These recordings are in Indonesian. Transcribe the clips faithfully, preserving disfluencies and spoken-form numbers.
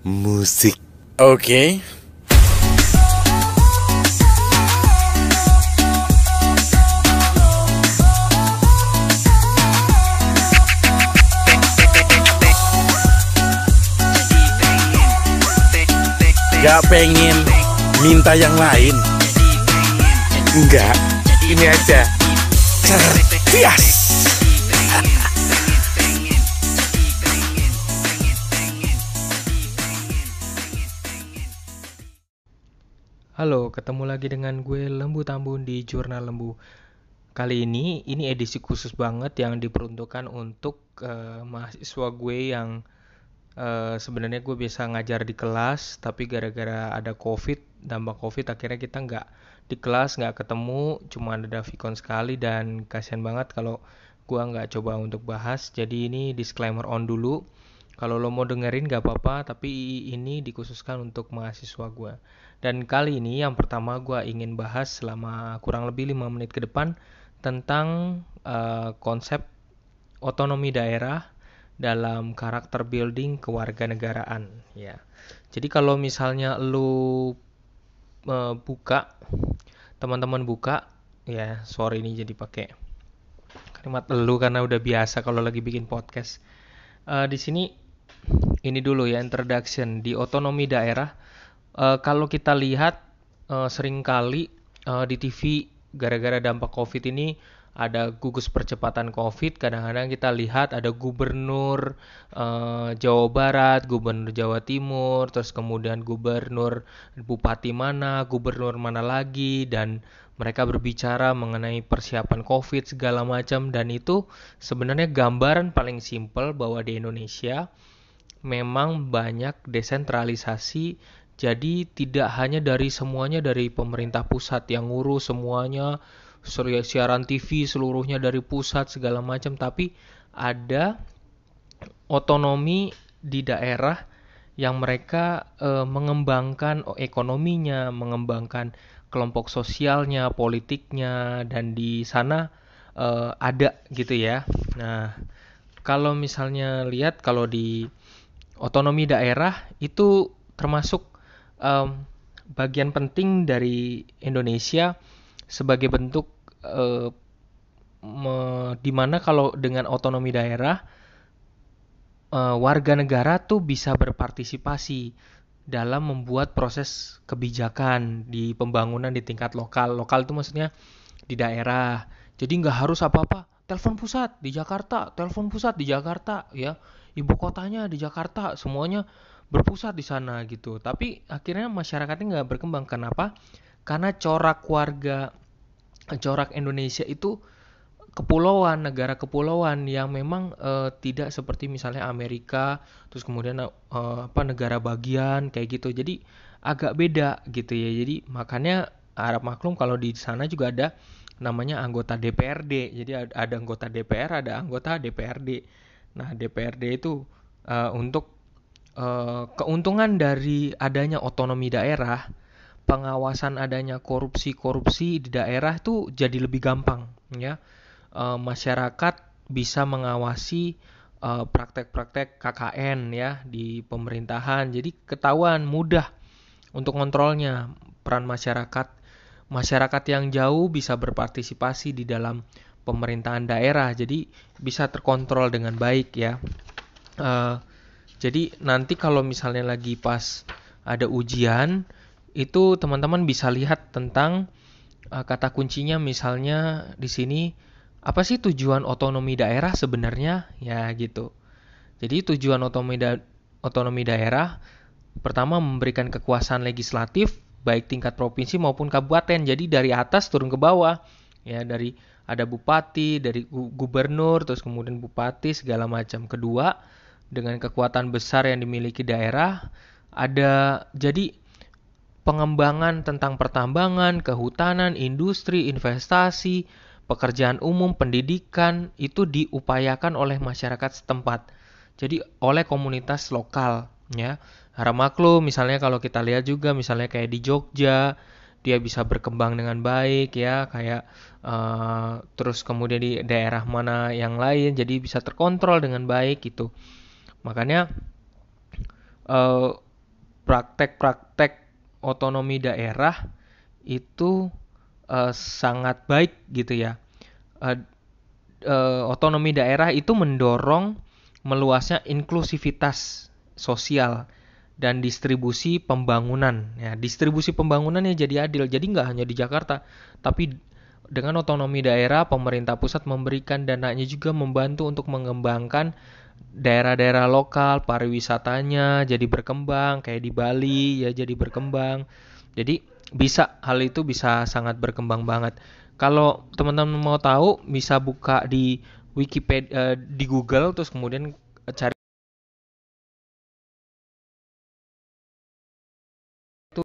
musik. Oke. Gak pengen minta yang lain? Enggak, ini aja. Cerdas. Halo, ketemu lagi dengan gue Lembu Tambun di Jurnal Lembu. Kali ini, ini edisi khusus banget yang diperuntukkan untuk uh, mahasiswa gue yang uh, sebenarnya gue biasa ngajar di kelas, tapi gara-gara ada COVID, dampak COVID akhirnya kita nggak di kelas, nggak ketemu, cuma ada Vicon sekali dan kasihan banget kalau gue nggak coba untuk bahas. Jadi ini disclaimer on dulu. Kalau lo mau dengerin gak apa-apa, tapi ini dikhususkan untuk mahasiswa gue. Dan kali ini yang pertama gue ingin bahas selama kurang lebih lima menit ke depan tentang uh, konsep otonomi daerah dalam karakter building kewarganegaraan. Ya. Jadi kalau misalnya lo uh, buka, teman-teman buka, ya sorry ini jadi pakai kalimat lu karena udah biasa kalau lagi bikin podcast. Uh, di sini ini dulu ya introduction di otonomi daerah. Uh, kalau kita lihat uh, seringkali uh, di T V gara-gara dampak COVID ini ada gugus percepatan COVID. Kadang-kadang kita lihat ada gubernur uh, Jawa Barat, gubernur Jawa Timur, terus kemudian gubernur bupati mana, gubernur mana lagi, dan mereka berbicara mengenai persiapan COVID segala macam. Dan itu sebenarnya gambaran paling simpel bahwa di Indonesia memang banyak desentralisasi, jadi tidak hanya dari semuanya dari pemerintah pusat yang ngurus semuanya, siaran T V seluruhnya dari pusat segala macam, tapi ada otonomi di daerah yang mereka e, mengembangkan ekonominya, mengembangkan kelompok sosialnya, politiknya, dan di sana e, ada gitu ya. Nah, kalau misalnya lihat kalau di otonomi daerah itu termasuk um, bagian penting dari Indonesia sebagai bentuk uh, me, dimana kalau dengan otonomi daerah uh, warga negara tuh bisa berpartisipasi dalam membuat proses kebijakan di pembangunan di tingkat lokal. Lokal itu maksudnya di daerah. Jadi nggak harus apa-apa telepon pusat di Jakarta, telepon pusat di Jakarta ya. Ibu kotanya di Jakarta, semuanya berpusat di sana gitu. Tapi akhirnya masyarakatnya nggak berkembang. Kenapa? Karena corak warga, corak Indonesia itu kepulauan, negara kepulauan yang memang e, tidak seperti misalnya Amerika, terus kemudian e, apa negara bagian kayak gitu. Jadi agak beda gitu ya. Jadi makanya harap maklum kalau di sana juga ada namanya anggota D P R D. Jadi ada anggota D P R, ada anggota D P R D. Nah, D P R D itu uh, untuk uh, keuntungan dari adanya otonomi daerah, pengawasan adanya korupsi-korupsi di daerah itu jadi lebih gampang, ya. Uh, masyarakat bisa mengawasi uh, praktek-praktek K K N ya di pemerintahan, jadi ketahuan mudah untuk kontrolnya. Peran masyarakat, masyarakat yang jauh bisa berpartisipasi di dalam pemerintahan daerah, jadi bisa terkontrol dengan baik ya. Uh, jadi nanti kalau misalnya lagi pas ada ujian, itu teman-teman bisa lihat tentang uh, kata kuncinya, misalnya di sini apa sih tujuan otonomi daerah sebenarnya ya gitu. Jadi tujuan otonomi, da- otonomi daerah pertama memberikan kekuasaan legislatif baik tingkat provinsi maupun kabupaten. Jadi dari atas turun ke bawah ya, dari ada bupati, dari gubernur, terus kemudian bupati, segala macam. Kedua, dengan kekuatan besar yang dimiliki daerah, ada jadi pengembangan tentang pertambangan, kehutanan, industri, investasi, pekerjaan umum, pendidikan, itu diupayakan oleh masyarakat setempat. Jadi oleh komunitas lokal, ya. Harap maklum, misalnya kalau kita lihat juga, misalnya kayak di Jogja, dia bisa berkembang dengan baik ya, kayak uh, terus kemudian di daerah mana yang lain jadi bisa terkontrol dengan baik gitu. Makanya uh, praktek-praktek otonomi daerah itu uh, sangat baik gitu ya. Uh, uh, otonomi daerah itu mendorong meluasnya inklusivitas sosial dan distribusi pembangunan. Ya, distribusi pembangunannya jadi adil. Jadi nggak hanya di Jakarta, tapi dengan otonomi daerah, pemerintah pusat memberikan dananya juga membantu untuk mengembangkan daerah-daerah lokal, pariwisatanya jadi berkembang, kayak di Bali ya jadi berkembang. Jadi bisa, hal itu bisa sangat berkembang banget. Kalau teman-teman mau tahu, bisa buka di Wikipedia, di Google, terus kemudian cari itu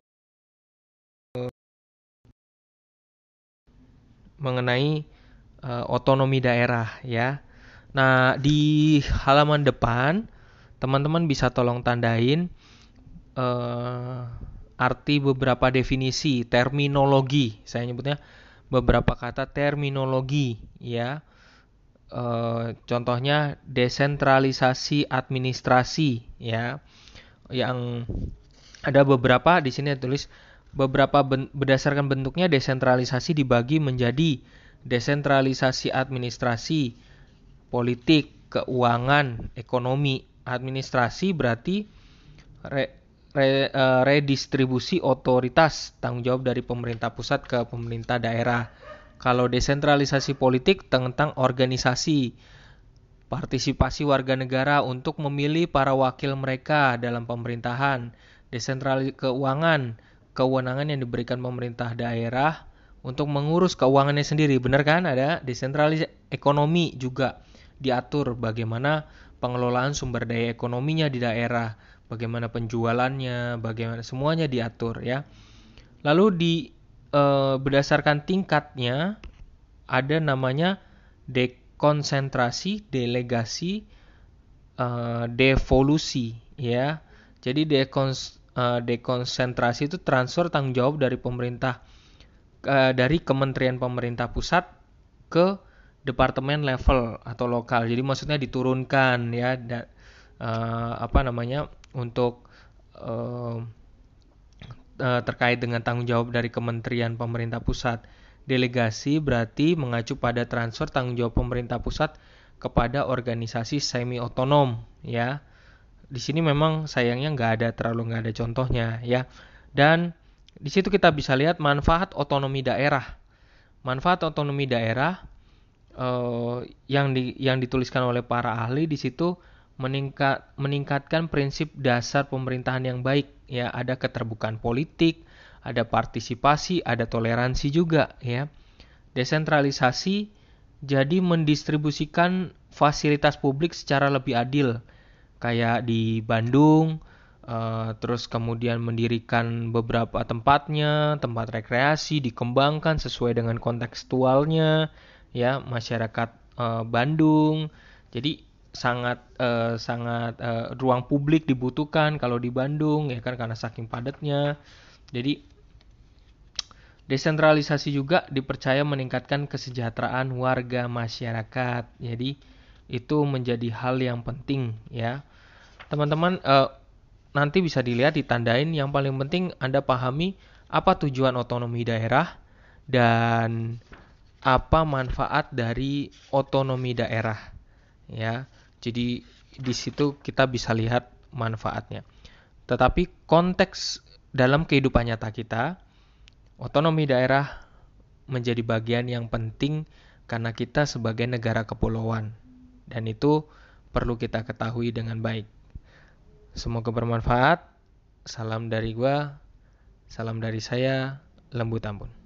mengenai uh, otonomi daerah ya. Nah, di halaman depan teman-teman bisa tolong tandain uh, arti beberapa definisi, terminologi. Saya nyebutnya beberapa kata terminologi ya. Uh, contohnya desentralisasi administrasi ya. Yang ada beberapa di sini tulis beberapa ben, berdasarkan bentuknya desentralisasi dibagi menjadi desentralisasi administrasi, politik, keuangan, ekonomi. Administrasi berarti re, re, uh, redistribusi otoritas tanggung jawab dari pemerintah pusat ke pemerintah daerah. Kalau desentralisasi politik tentang organisasi, partisipasi warga negara untuk memilih para wakil mereka dalam pemerintahan. Desentralisasi keuangan, kewenangan yang diberikan pemerintah daerah untuk mengurus keuangannya sendiri. Benar kan? Ada desentralisasi ekonomi juga diatur bagaimana pengelolaan sumber daya ekonominya di daerah, bagaimana penjualannya, bagaimana semuanya diatur ya. Lalu di eh, berdasarkan tingkatnya ada namanya dekonsentrasi, delegasi, eh, devolusi ya. Jadi dekons, eh, dekonsentrasi itu transfer tanggung jawab dari pemerintah eh, dari kementerian pemerintah pusat ke departemen level atau lokal. Jadi maksudnya diturunkan ya da, uh, apa namanya untuk uh, uh, terkait dengan tanggung jawab dari kementerian pemerintah pusat. Delegasi berarti mengacu pada transfer tanggung jawab pemerintah pusat kepada organisasi semi otonom ya. Di sini memang sayangnya nggak ada terlalu nggak ada contohnya ya. Dan di situ kita bisa lihat manfaat otonomi daerah. Manfaat otonomi daerah Uh, yang di, yang dituliskan oleh para ahli di situ meningkat, meningkatkan prinsip dasar pemerintahan yang baik ya, ada keterbukaan politik, ada partisipasi, ada toleransi juga ya. Desentralisasi jadi mendistribusikan fasilitas publik secara lebih adil kayak di Bandung, uh, terus kemudian mendirikan beberapa tempatnya, tempat rekreasi dikembangkan sesuai dengan kontekstualnya ya masyarakat uh, Bandung. Jadi sangat uh, sangat uh, ruang publik dibutuhkan kalau di Bandung ya kan karena saking padatnya. Jadi desentralisasi juga dipercaya meningkatkan kesejahteraan warga masyarakat. Jadi itu menjadi hal yang penting ya. Teman-teman uh, nanti bisa dilihat ditandain, yang paling penting Anda pahami apa tujuan otonomi daerah dan apa manfaat dari otonomi daerah ya. Jadi di situ kita bisa lihat manfaatnya. Tetapi konteks dalam kehidupan nyata kita, otonomi daerah menjadi bagian yang penting karena kita sebagai negara kepulauan dan itu perlu kita ketahui dengan baik. Semoga bermanfaat. Salam dari gua, salam dari saya, Lembu Tambun.